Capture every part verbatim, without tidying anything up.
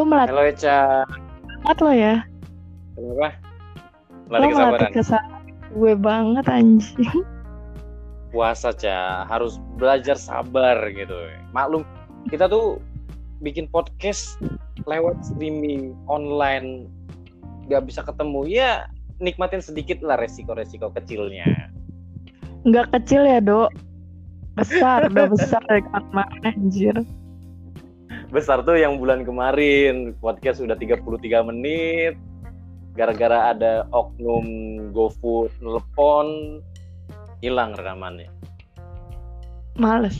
melatih Halo Eca, banget lo ya. kenapa? Lo Melatih kesabaran. melatih kesabaran gue banget anjing. Puasa Ca, harus belajar sabar gitu. Maklum, kita tuh bikin podcast lewat streaming online, gak bisa ketemu. Ya nikmatin sedikit lah resiko-resiko kecilnya. Nggak kecil ya dok, besar, udah besar ya kemarin anjir. Besar tuh yang bulan kemarin, podcast udah tiga puluh tiga menit. Gara-gara ada oknum GoFood telepon, hilang rekamannya. Males.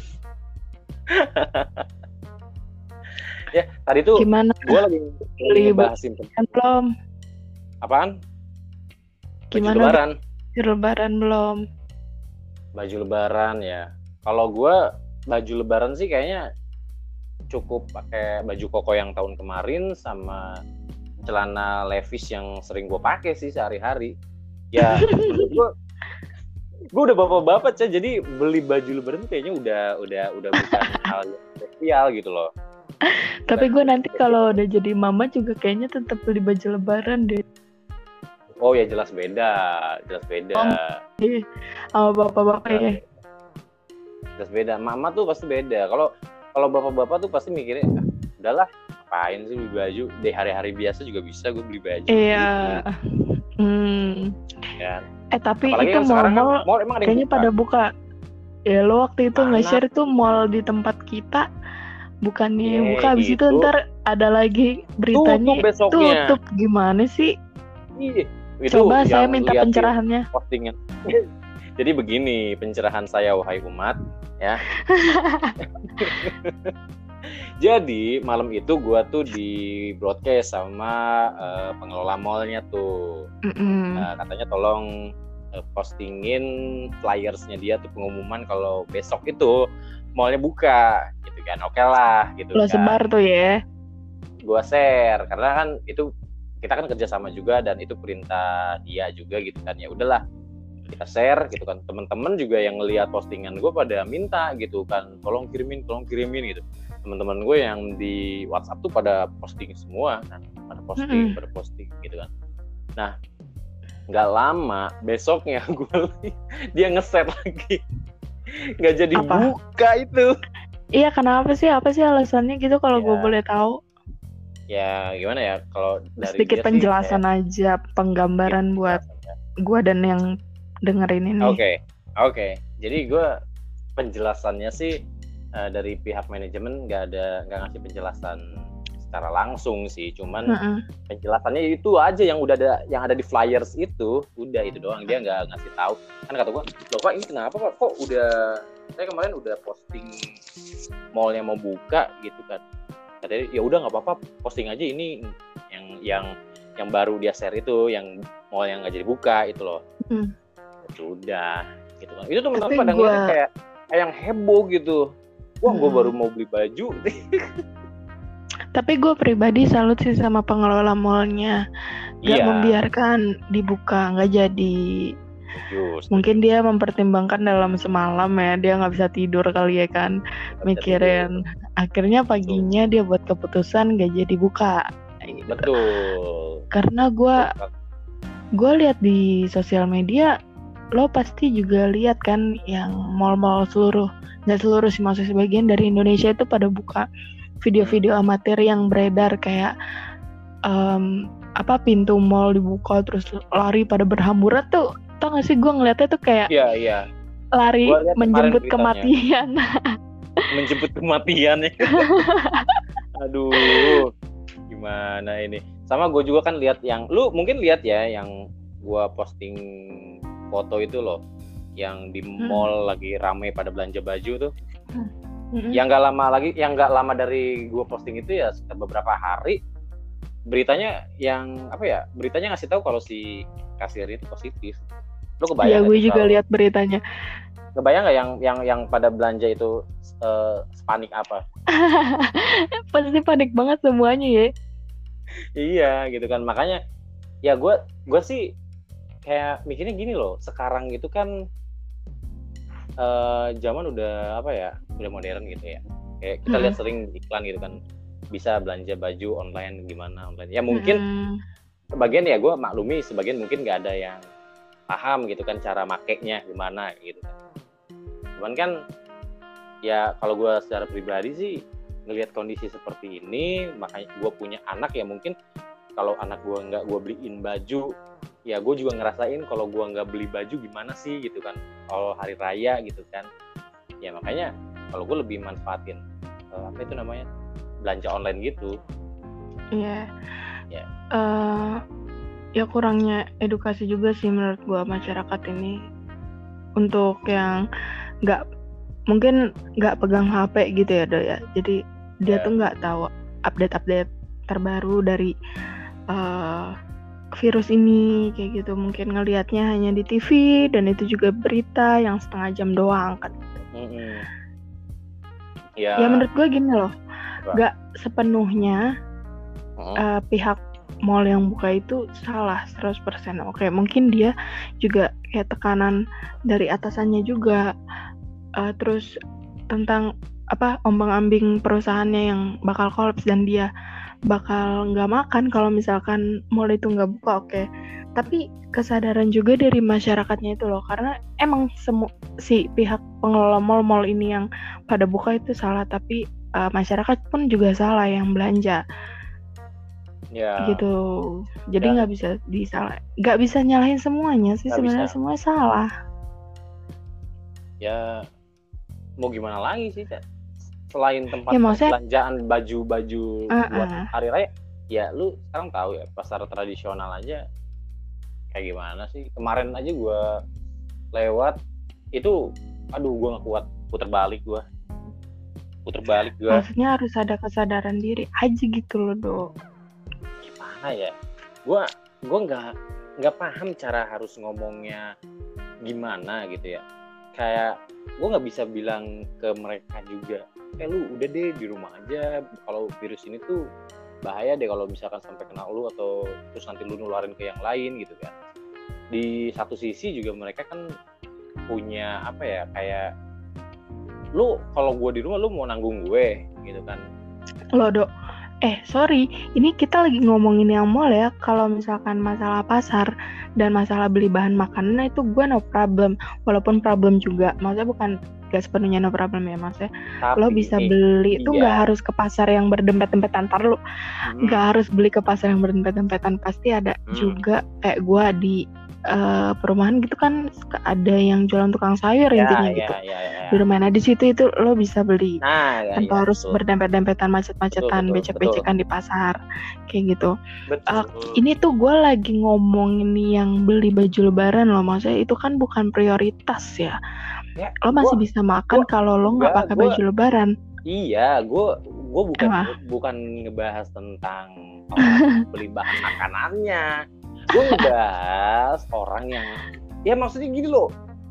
Ya, tadi tuh Gimana? gue lagi Beli ngebahasin Kan belum? apaan? Baju Gimana? lebaran. Baju lebaran belum? Baju lebaran ya. Kalau gue baju lebaran sih kayaknya cukup pakai baju koko yang tahun kemarin sama celana Levi's yang sering gue pakai sih sehari-hari. Ya, menurut gue gue udah bapak-bapak Ca, jadi beli baju lebaran tuh kayaknya udah udah udah bukan hal yang spesial gitu loh. Tapi gue nanti kalau udah jadi mama juga kayaknya tetap beli baju lebaran deh. Oh ya jelas beda, jelas beda. Oh, sama bapak-bapak ya. Jelas beda. Mama tuh pasti beda. Kalau kalau bapak-bapak tuh pasti mikirnya, ah, udahlah, ngapain sih beli baju? Di hari-hari biasa juga bisa gue beli baju. Iya. Hmm. Kan? Eh tapi Apalagi itu kan sekarang kan mall-mall mall emang ada yang kayaknya buka. pada buka. Ya lo waktu itu Mana? nge-share tuh mall di tempat kita bukannya Ye, buka, habis itu itu. ntar ada lagi beritanya Tutup besoknya. tutup. Gimana sih? Iya. Itu Coba saya yang minta liatin pencerahannya. postingan. Jadi begini pencerahan saya wahai umat ya. Jadi malam itu gue tuh di broadcast sama uh, pengelola mallnya tuh. Uh, katanya tolong uh, postingin flyersnya dia tuh, pengumuman kalau besok itu mallnya buka gitu kan. Oke lah gitu. Lo kan. sebar tuh ya. Gue share karena kan itu kita kan kerja sama juga dan itu perintah dia juga gitu kan. Ya udahlah kita share gitu kan. Teman-teman juga yang ngelihat postingan gue pada minta gitu kan, tolong kirimin, tolong kirimin gitu. Teman-teman gue yang di WhatsApp tuh pada posting semua kan, pada posting, mm-hmm. pada posting gitu kan. Nah, nggak lama besoknya gue dia nge-set lagi, nggak jadi apa? Buka itu. Iya, kenapa sih? Apa sih alasannya gitu kalau ya. Gue boleh tahu? Ya gimana ya, kalau dari sedikit penjelasan sih, aja, penggambaran ya, buat gue dan yang dengerin ini. Oke, okay. oke. Okay. Jadi gue penjelasannya sih uh, dari pihak manajemen nggak ada nggak ngasih penjelasan secara langsung sih, cuman uh-uh. penjelasannya itu aja yang udah ada yang ada di flyers itu, udah itu doang. Dia nggak ngasih tahu. Kan kata gue, loh Pak ini kenapa Pak? Kok udah saya kemarin udah posting mallnya mau buka gitu kan? Katanya ya udah nggak apa-apa, posting aja ini yang yang yang baru dia share itu, yang mall yang nggak jadi buka itu loh. Hmm. Sudah gitu kan. Itu teman-teman pada ngeliat gua... kayak kayak yang heboh gitu. Wah, hmm. gue baru mau beli baju. Tapi gue pribadi salut sih sama pengelola mallnya. Gak iya. membiarkan dibuka, nggak jadi. Just, Mungkin dia mempertimbangkan dalam semalam ya, dia nggak bisa tidur kali ya kan, mikirin. Akhirnya paginya Betul. Dia buat keputusan nggak jadi buka. Betul. Karena gue gue lihat di sosial media, lo pasti juga lihat kan yang mall-mall seluruh, nggak seluruh sih, maksudnya sebagian dari Indonesia itu pada buka video-video amatir yang beredar kayak um, apa pintu mall dibuka terus lari pada berhamburan tuh. Tau gak sih, gue ngeliatnya tuh kayak iya, iya. lari menjemput kematian. Menjemput kematian ya. Aduh, gimana ini? Sama gue juga kan lihat yang, lu mungkin lihat ya yang gue posting foto itu loh, yang di mall hmm. lagi rame pada belanja baju tuh. Hmm. Yang nggak lama lagi, yang nggak lama dari gue posting itu ya sekitar beberapa hari, beritanya yang apa ya? Beritanya ngasih tahu kalau si kasir itu positif. Lu kebayang? Iya, gue juga lihat beritanya. Kebayang nggak yang yang yang pada belanja itu uh, panik apa? Pasti panik banget semuanya ya. Iya, gitu kan. Makanya ya gue gue sih kayak mikirnya gini loh. Sekarang gitu kan uh, zaman udah apa ya? Udah modern gitu ya. Kayak kita hmm. lihat sering iklan gitu kan. bisa belanja baju online gimana online. Ya mungkin hmm. sebagian ya gue maklumi, sebagian mungkin nggak ada yang paham gitu kan cara makainya gimana gitu kan. Cuman kan ya kalau gue secara pribadi sih ngelihat kondisi seperti ini, makanya gue punya anak ya mungkin kalau anak gue nggak gue beliin baju, ya gue juga ngerasain kalau gue nggak beli baju gimana sih gitu kan. Kalau hari raya gitu kan, ya makanya kalau gue lebih manfaatin uh, apa itu namanya belanja online gitu. Iya. Yeah. Ya. Yeah. Uh, ya kurangnya edukasi juga sih menurut gue masyarakat ini untuk yang nggak mungkin nggak pegang H P gitu ya Do ya. Jadi dia yeah. tuh nggak tahu update-update terbaru dari uh, virus ini kayak gitu. Mungkin ngelihatnya hanya di T V dan itu juga berita yang setengah jam doang kan. Mm-hmm. Yeah. Ya menurut gue gini loh, nggak sepenuhnya mm-hmm. uh, pihak mall yang buka itu salah seratus persen. Oke, mungkin dia juga kayak tekanan dari atasannya juga. Uh, terus tentang apa ombang-ambing perusahaannya yang bakal kolaps dan dia bakal nggak makan kalau misalkan mall itu nggak buka. Oke, tapi kesadaran juga dari masyarakatnya itu loh, karena emang semu- si pihak pengelola mall-mall ini yang pada buka itu salah, tapi uh, masyarakat pun juga salah yang belanja. Ya. Gitu. Jadi nggak bisa disalah, nggak bisa nyalahin semuanya sih, sebenarnya semua salah. Ya mau gimana lagi sih, Cak? Selain tempat ya, maksudnya, belanjaan baju-baju uh-uh. buat hari raya, ya lu sekarang tahu ya pasar tradisional aja kayak gimana sih. Kemarin aja gue lewat itu, aduh gue nggak kuat, puter balik gue, puter balik gue. Maksudnya harus ada kesadaran diri aja gitu loh Do. Gimana ya? Gue gue nggak nggak paham cara harus ngomongnya gimana gitu ya. Kayak gue nggak bisa bilang ke mereka juga, eh lu udah deh di rumah aja, kalau virus ini tuh bahaya deh kalau misalkan sampai kena lu atau terus nanti lu nularin ke yang lain gitu kan. Di satu sisi juga mereka kan punya apa ya, kayak lu kalau gue di rumah lu mau nanggung gue gitu kan. Lo Do, eh sorry, ini kita lagi ngomongin yang mall ya. Kalau misalkan masalah pasar dan masalah beli bahan makanan itu gue no problem, walaupun problem juga, maksudnya bukan gak sepenuhnya no problem ya, maksudnya tapi, lo bisa beli itu iya. Gak harus ke pasar yang berdempet-dempetan, ntar lo hmm. gak harus beli ke pasar yang berdempet-dempetan, pasti ada hmm. juga kayak gue di uh, perumahan gitu kan ada yang jualan tukang sayur ya, intinya ya, gitu ya, ya, ya. Di rumah, nah di situ itu lo bisa beli nah, ya, tanpa ya, harus betul. berdempet-dempetan, macet-macetan, betul, betul, becek-becekan betul. Di pasar kayak gitu. Uh, ini tuh gue lagi ngomongin yang beli baju lebaran loh, maksudnya itu kan bukan prioritas ya. Ya, lo masih gua, bisa makan kalau lo nggak pakai baju lebaran. Iya, gue gue bukan Apa? bukan ngebahas tentang orang beli bahan makanannya. Gue ngebahas orang yang, ya maksudnya gini loh,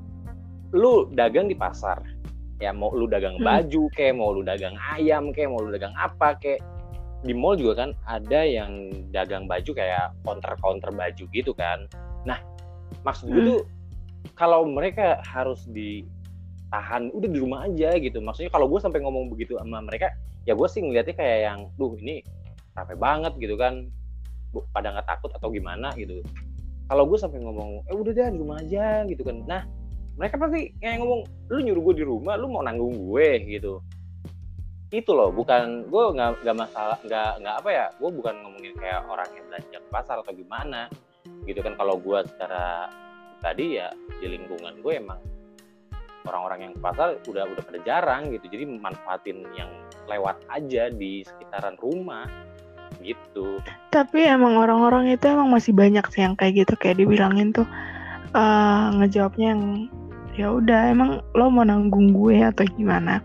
lu dagang di pasar, ya mau lu dagang hmm. baju, kayak mau lu dagang ayam, kayak mau lu dagang apa, kayak di mall juga kan ada yang dagang baju kayak counter-counter baju gitu kan. Nah, maksud gue hmm. tuh kalau mereka harus ditahan, udah di rumah aja gitu. Maksudnya kalau gue sampai ngomong begitu sama mereka, ya gue sih ngeliatnya kayak yang, duh ini rame banget gitu kan, pada nggak takut atau gimana gitu. Kalau gue sampai ngomong, eh udah deh di rumah aja gitu kan. Nah mereka pasti kayak ngomong, lu nyuruh gue di rumah, lu mau nanggung gue gitu. Itu loh, bukan gue nggak nggak masalah, nggak nggak apa ya, gue bukan ngomongin kayak orang yang belanja ke pasar atau gimana gitu kan. Kalau gue secara tadi ya di lingkungan gue emang orang-orang yang ke pasar udah udah pada jarang gitu, jadi manfaatin yang lewat aja di sekitaran rumah gitu. Tapi emang orang-orang itu emang masih banyak sih yang kayak gitu, kayak dibilangin tuh uh, ngejawabnya yang ya udah emang lo mau nanggung gue atau gimana.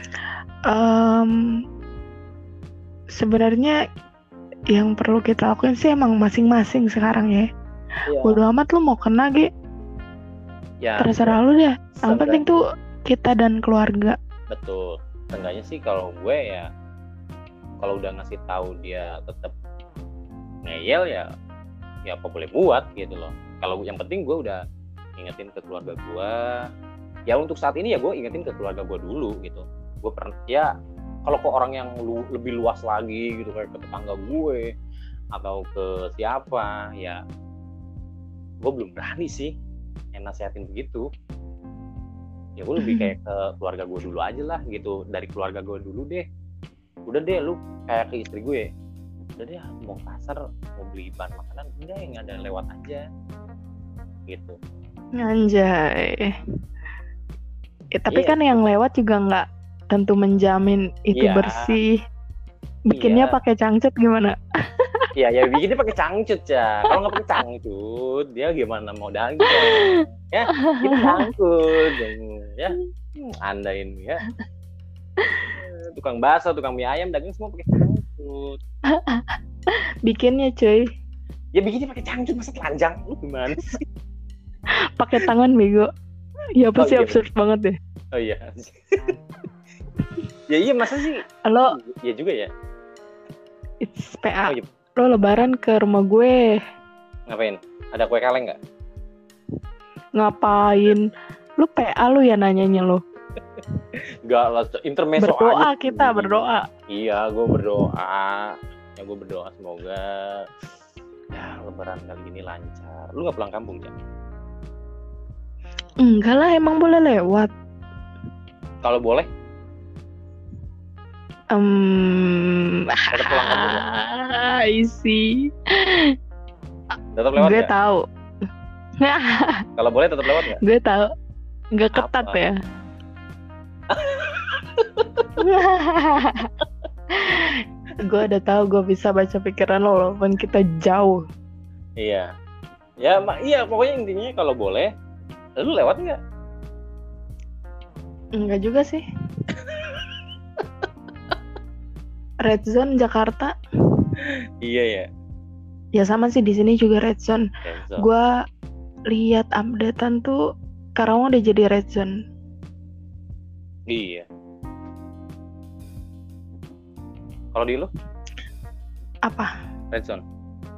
Um, sebenarnya yang perlu kita lakuin sih emang masing-masing sekarang ya. Ya. Bodo amat lo mau kena ge. Ya, terserah lu deh. Yang penting tuh kita dan keluarga. Betul. Seenggaknya sih kalau gue ya, kalau udah ngasih tahu dia tetap ngeyel ya, ya apa boleh buat gitu loh. Kalau yang penting gue udah ingetin ke keluarga gue. Ya untuk saat ini ya gue ingetin ke keluarga gue dulu gitu. Gue pernah ya kalau ke orang yang lu, lebih luas lagi gitu kayak ke tetangga gue atau ke siapa ya gue belum berani sih yang nasihatin begitu. Ya gue lebih kayak ke keluarga gue dulu aja lah gitu, dari keluarga gue dulu deh. Udah deh lu kayak ke istri gue, udah deh mau pasar mau beli bahan makanan udah yang ada lewat aja gitu. Anjay. Ya, tapi iya. kan yang lewat juga nggak tentu menjamin itu iya. bersih. Bikinnya iya. pakai cangcut gimana? Iya ya bikinnya pakai cangcut ya. Kalau nggak pakai cangcut dia gimana mau dagang? Ya kita cangcut ya. Hmm, andain ya. Tukang bakso, tukang mie ayam dagang semua pakai cangcut. Bikinnya cuy. Ya bikinnya pakai cangcut masa telanjang lu gimana sih? Pakai tangan bego. Ya pasti oh, iya, absurd banget deh. Oh iya. ya iya masa sih? Lo Iya juga ya. It's P A. Oh, iya. Lo lebaran ke rumah gue. Ngapain? Ada kue kaleng nggak? Ngapain? Lu P A lu ya nanyanya lo. Enggak lah, intermezzo berdoa aja. Kita berdoa. Iya, gue berdoa. Ya gue berdoa semoga ya lebaran kali ini lancar. Lu nggak pulang kampung ya? Enggak lah, emang boleh lewat. Kalau boleh? Um, Tetap pulang kampung ya? I see. Tetap lewat gue gak? tahu. Kalau boleh tetap lewat nggak? Gue tahu. Nggak ketat Apa? ya. Gue udah tahu gue bisa baca pikiran lo walaupun kita jauh. Iya. Ya, mak iya pokoknya intinya kalau boleh, lu lewat nggak? Enggak juga sih. Red Zone Jakarta. Iya ya. Ya sama sih di sini juga red zone. Red zone. Gue lihat updatean tuh Karawang udah jadi red zone. Iya. Kalau di lu? Apa? Red zone.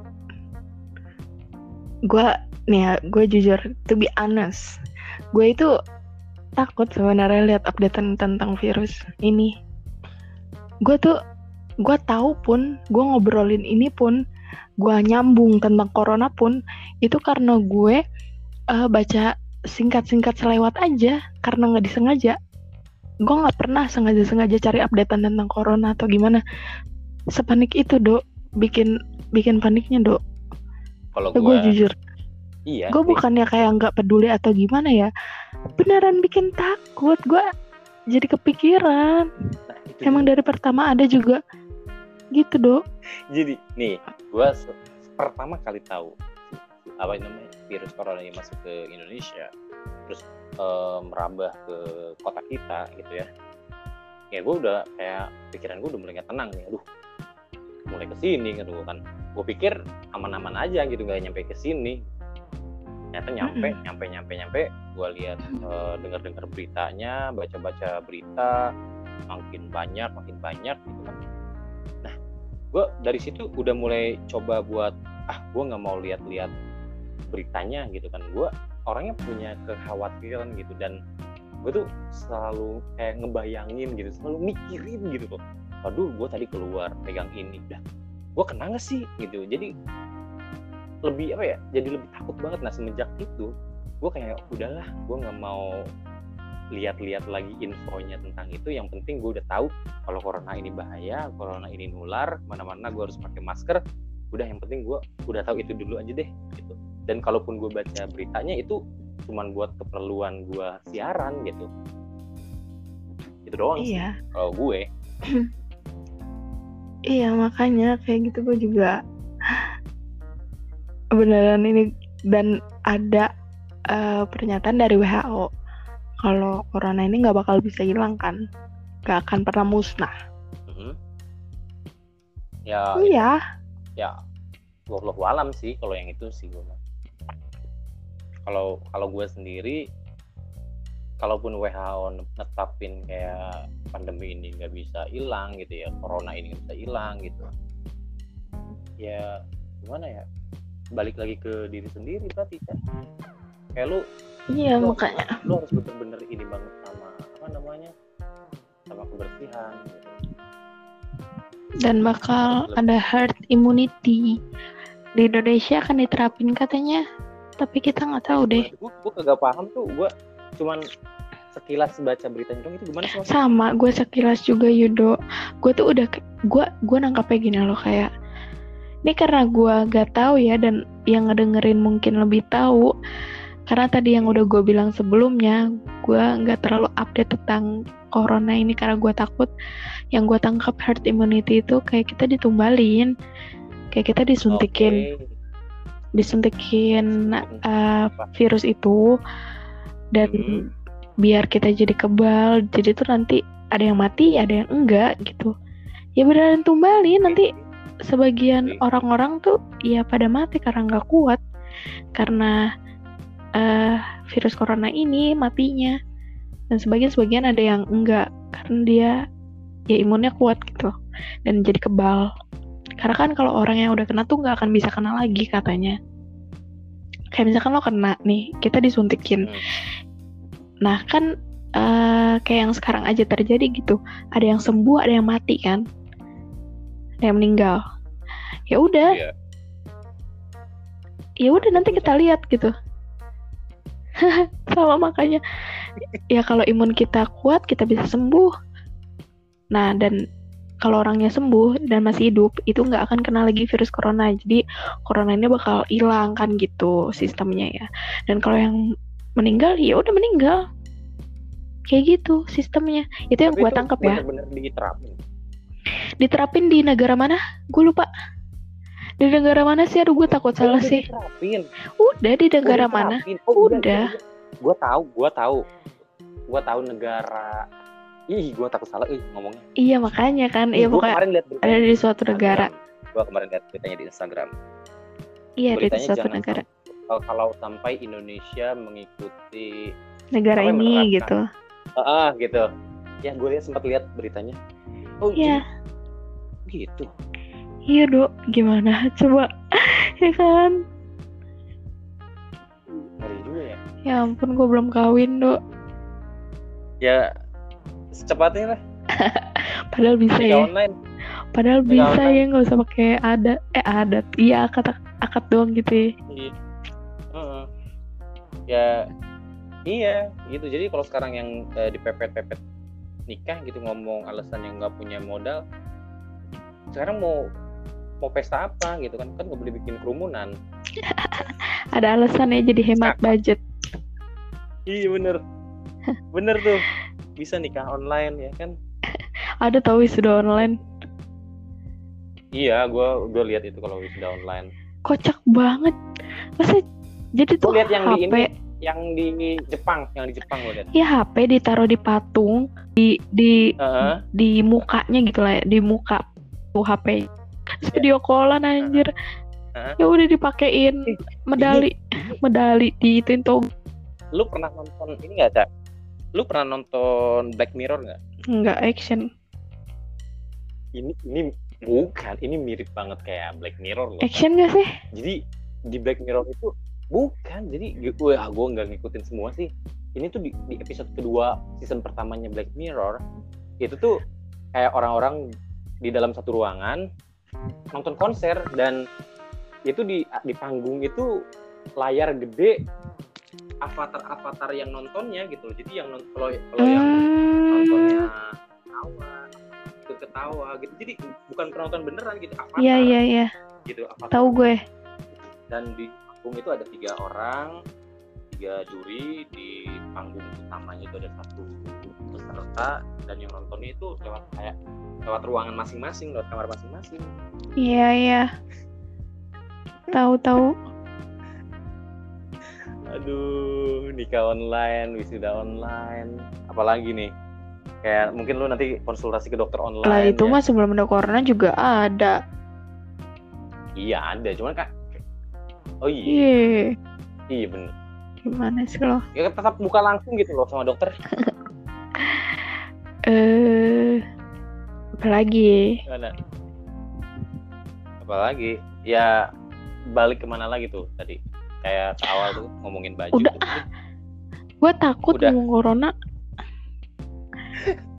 Gue nih ya, gue jujur, to be honest, gue itu takut sebenarnya lihat updatean tentang virus ini. Gue tuh, gue tahu pun, gue ngobrolin ini pun, gue nyambung tentang corona pun, itu karena gue uh, baca singkat-singkat selewat aja, karena nggak disengaja. Gue nggak pernah sengaja-sengaja cari updatean tentang corona atau gimana. Sepanik itu dok, bikin bikin paniknya dok. Kalau gue jujur, iya. Gue bukannya kayak nggak peduli atau gimana ya, beneran bikin takut. Gue jadi kepikiran. Nah, emang juga. Dari pertama ada juga, gitu dok. Jadi nih, gue se- pertama kali tahu apa namanya virus corona yang masuk ke Indonesia, terus uh, merambah ke kota kita gitu ya. Ya gue udah kayak pikiran gue udah mulai nggak tenang nih, aduh. Mulai kesini gitu kan, gue pikir aman-aman aja gitu, nggak nyampe kesini. Ternyata nyampe, mm-hmm. nyampe, nyampe, nyampe. Gue lihat, uh, dengar-dengar beritanya, baca-baca berita, makin banyak, makin banyak gitu kan. Nah, gue dari situ udah mulai coba buat, ah, gue nggak mau lihat-lihat beritanya gitu kan. Gue orangnya punya kekhawatiran gitu, dan gue tuh selalu kayak ngebayangin gitu, selalu mikirin gitu tuh. Aduh, gue tadi keluar pegang ini, dah, gue kena nggak sih gitu. Jadi lebih apa ya? Jadi lebih takut banget. Nah semenjak itu, gue kayak udahlah, gue nggak mau lihat-lihat lagi infonya tentang itu. Yang penting gue udah tahu kalau corona ini bahaya, corona ini nular, mana-mana gue harus pakai masker. Udah, yang penting gue udah tahu itu dulu aja deh gitu. Dan kalaupun gue baca beritanya itu cuman buat keperluan gue siaran gitu. Itu doang iya. sih kalau gue. Iya, makanya kayak gitu gue juga beneran ini. Dan ada uh, pernyataan dari W H O kalau corona ini nggak bakal bisa hilang kan, nggak akan pernah musnah. Mm-hmm. Ya iya itu, ya wallahu alam sih kalau yang itu sih gue. Kalau kalau gue sendiri, kalaupun W H O netapin kayak pandemi ini nggak bisa hilang gitu ya, corona ini nggak bisa hilang gitu, ya gimana ya, balik lagi ke diri sendiri berarti kan. Kayak lu, iya lu, makanya lu harus bener-bener ini banget sama apa namanya, sama kebersihan gitu. Dan bakal ada herd immunity di Indonesia akan diterapin katanya, tapi kita nggak tahu deh. Gue gue kagak paham tuh, gue cuman sekilas baca beritanya dong, itu gimana sih? Sama, gue sekilas juga Yudo. Gue tuh udah, gue gue nangkapnya gini loh, kayak ini karena gue gak tahu ya, dan yang ngedengerin mungkin lebih tahu. Karena tadi yang udah gue bilang sebelumnya, gue nggak terlalu update tentang corona ini karena gue takut. Yang gue tangkap herd immunity itu kayak kita ditumbalin, kayak kita disuntikin, okay. disuntikin uh, virus itu, dan hmm. biar kita jadi kebal. Jadi tuh nanti ada yang mati, ada yang enggak gitu. Ya beneran tumbalin, nanti sebagian okay. orang-orang tuh ya pada mati karena nggak kuat, karena Uh, virus corona ini matinya, dan sebagian-sebagian ada yang enggak karena dia ya imunnya kuat gitu dan jadi kebal. Karena kan kalau orang yang udah kena tuh nggak akan bisa kena lagi katanya. Kayak misalkan lo kena nih, kita disuntikin. Nah kan uh, kayak yang sekarang aja terjadi gitu, ada yang sembuh, ada yang mati kan, ada yang meninggal. Ya udah, yeah. ya udah nanti kita lihat gitu. Sama, makanya ya kalau imun kita kuat kita bisa sembuh. Nah dan kalau orangnya sembuh dan masih hidup itu nggak akan kena lagi virus corona. Jadi corona ini bakal hilang kan gitu sistemnya ya. Dan kalau yang meninggal ya udah meninggal. Kayak gitu sistemnya. Itu yang gue tangkap ya. Benar-benar diterapin. Diterapin di negara mana? Gue lupa. Di negara mana sih? Aduh gue takut oh, salah sih. Diterapin. Udah di negara oh, mana? Oh, udah. Gue tahu, gue tahu. Gue tahu negara. Ih, gue takut salah ih ngomongnya. Iya makanya kan. Iya pokoknya ada di suatu negara. Gue kemarin lihat beritanya di Instagram. Iya di suatu negara. Sampai, kalau sampai Indonesia mengikuti negara ini gitu. Ah, uh, gitu. Ya gue lihat sempat lihat beritanya. Oh iya. Gitu. Iya dok, gimana coba, ya kan? Ngeri juga ya. Ya ampun, gue belum kawin dok. Ya, secepatnya lah. Padahal bisa Nika ya. Online. Padahal Nika bisa online. Ya, nggak usah pakai adat, eh adat, iya akad akad doang gitu ya. Iya. Uh-uh. Ya, iya, gitu. Jadi kalau sekarang yang uh, dipepet-pepet nikah gitu ngomong alasan yang nggak punya modal, sekarang mau mau pesta apa gitu kan, kan nggak boleh bikin kerumunan. Ada alasannya jadi hemat nah. budget. Iya bener bener tuh, bisa nikah online ya kan. Ada tau wisuda online. Iya, gue gue lihat itu kalau wisuda online. Kocak banget. Masa jadi tuh lihat yang H P di ini, yang di Jepang, yang di Jepang gue lihat. Iya, H P ditaruh di patung, di di uh-huh. di mukanya gitu lah, di muka tuh H P. Video callan anjir. Uh-huh. Ya udah dipakein medali, ini, medali di ituin tuh. Lu pernah nonton ini enggak, Cak? Lu pernah nonton Black Mirror enggak? Enggak, action. Ini ini bukan, ini mirip banget kayak Black Mirror loh. Action enggak sih? Jadi di Black Mirror itu bukan, jadi wah gue nggak ngikutin semua sih. Ini tuh di, di episode kedua season pertamanya Black Mirror itu tuh kayak orang-orang di dalam satu ruangan nonton konser, dan itu di di panggung itu layar gede, avatar-avatar yang nontonnya gitu loh. Jadi yang kalau kalau hmm. yang nontonnya ketawa, itu ketawa gitu. Jadi bukan penonton beneran gitu, avatar. Iya iya iya. Gitu avatar. Tahu gue. Dan di panggung itu ada tiga orang, tiga juri. Di panggung utamanya itu ada satu peserta, dan yang nontonnya itu lewat kayak lewat ruangan masing-masing, lewat kamar masing-masing. Iya iya. Tahu-tahu. Aduh, nikah online, wisuda online, apalagi nih? Kayak mungkin lu nanti konsultasi ke dokter online. Lah itu ya. mah sebelum ada corona juga ada. Iya ada, cuman kak. Oh iya. Iya. Iya bener. Gimana sih lo? Ya tetap buka langsung gitu loh sama dokter. Eh, apalagi? Gimana? Apalagi? Ya balik kemana lagi tuh tadi? Kayak ke awal tuh ngomongin baju. Udah. Gue takut ngomong corona.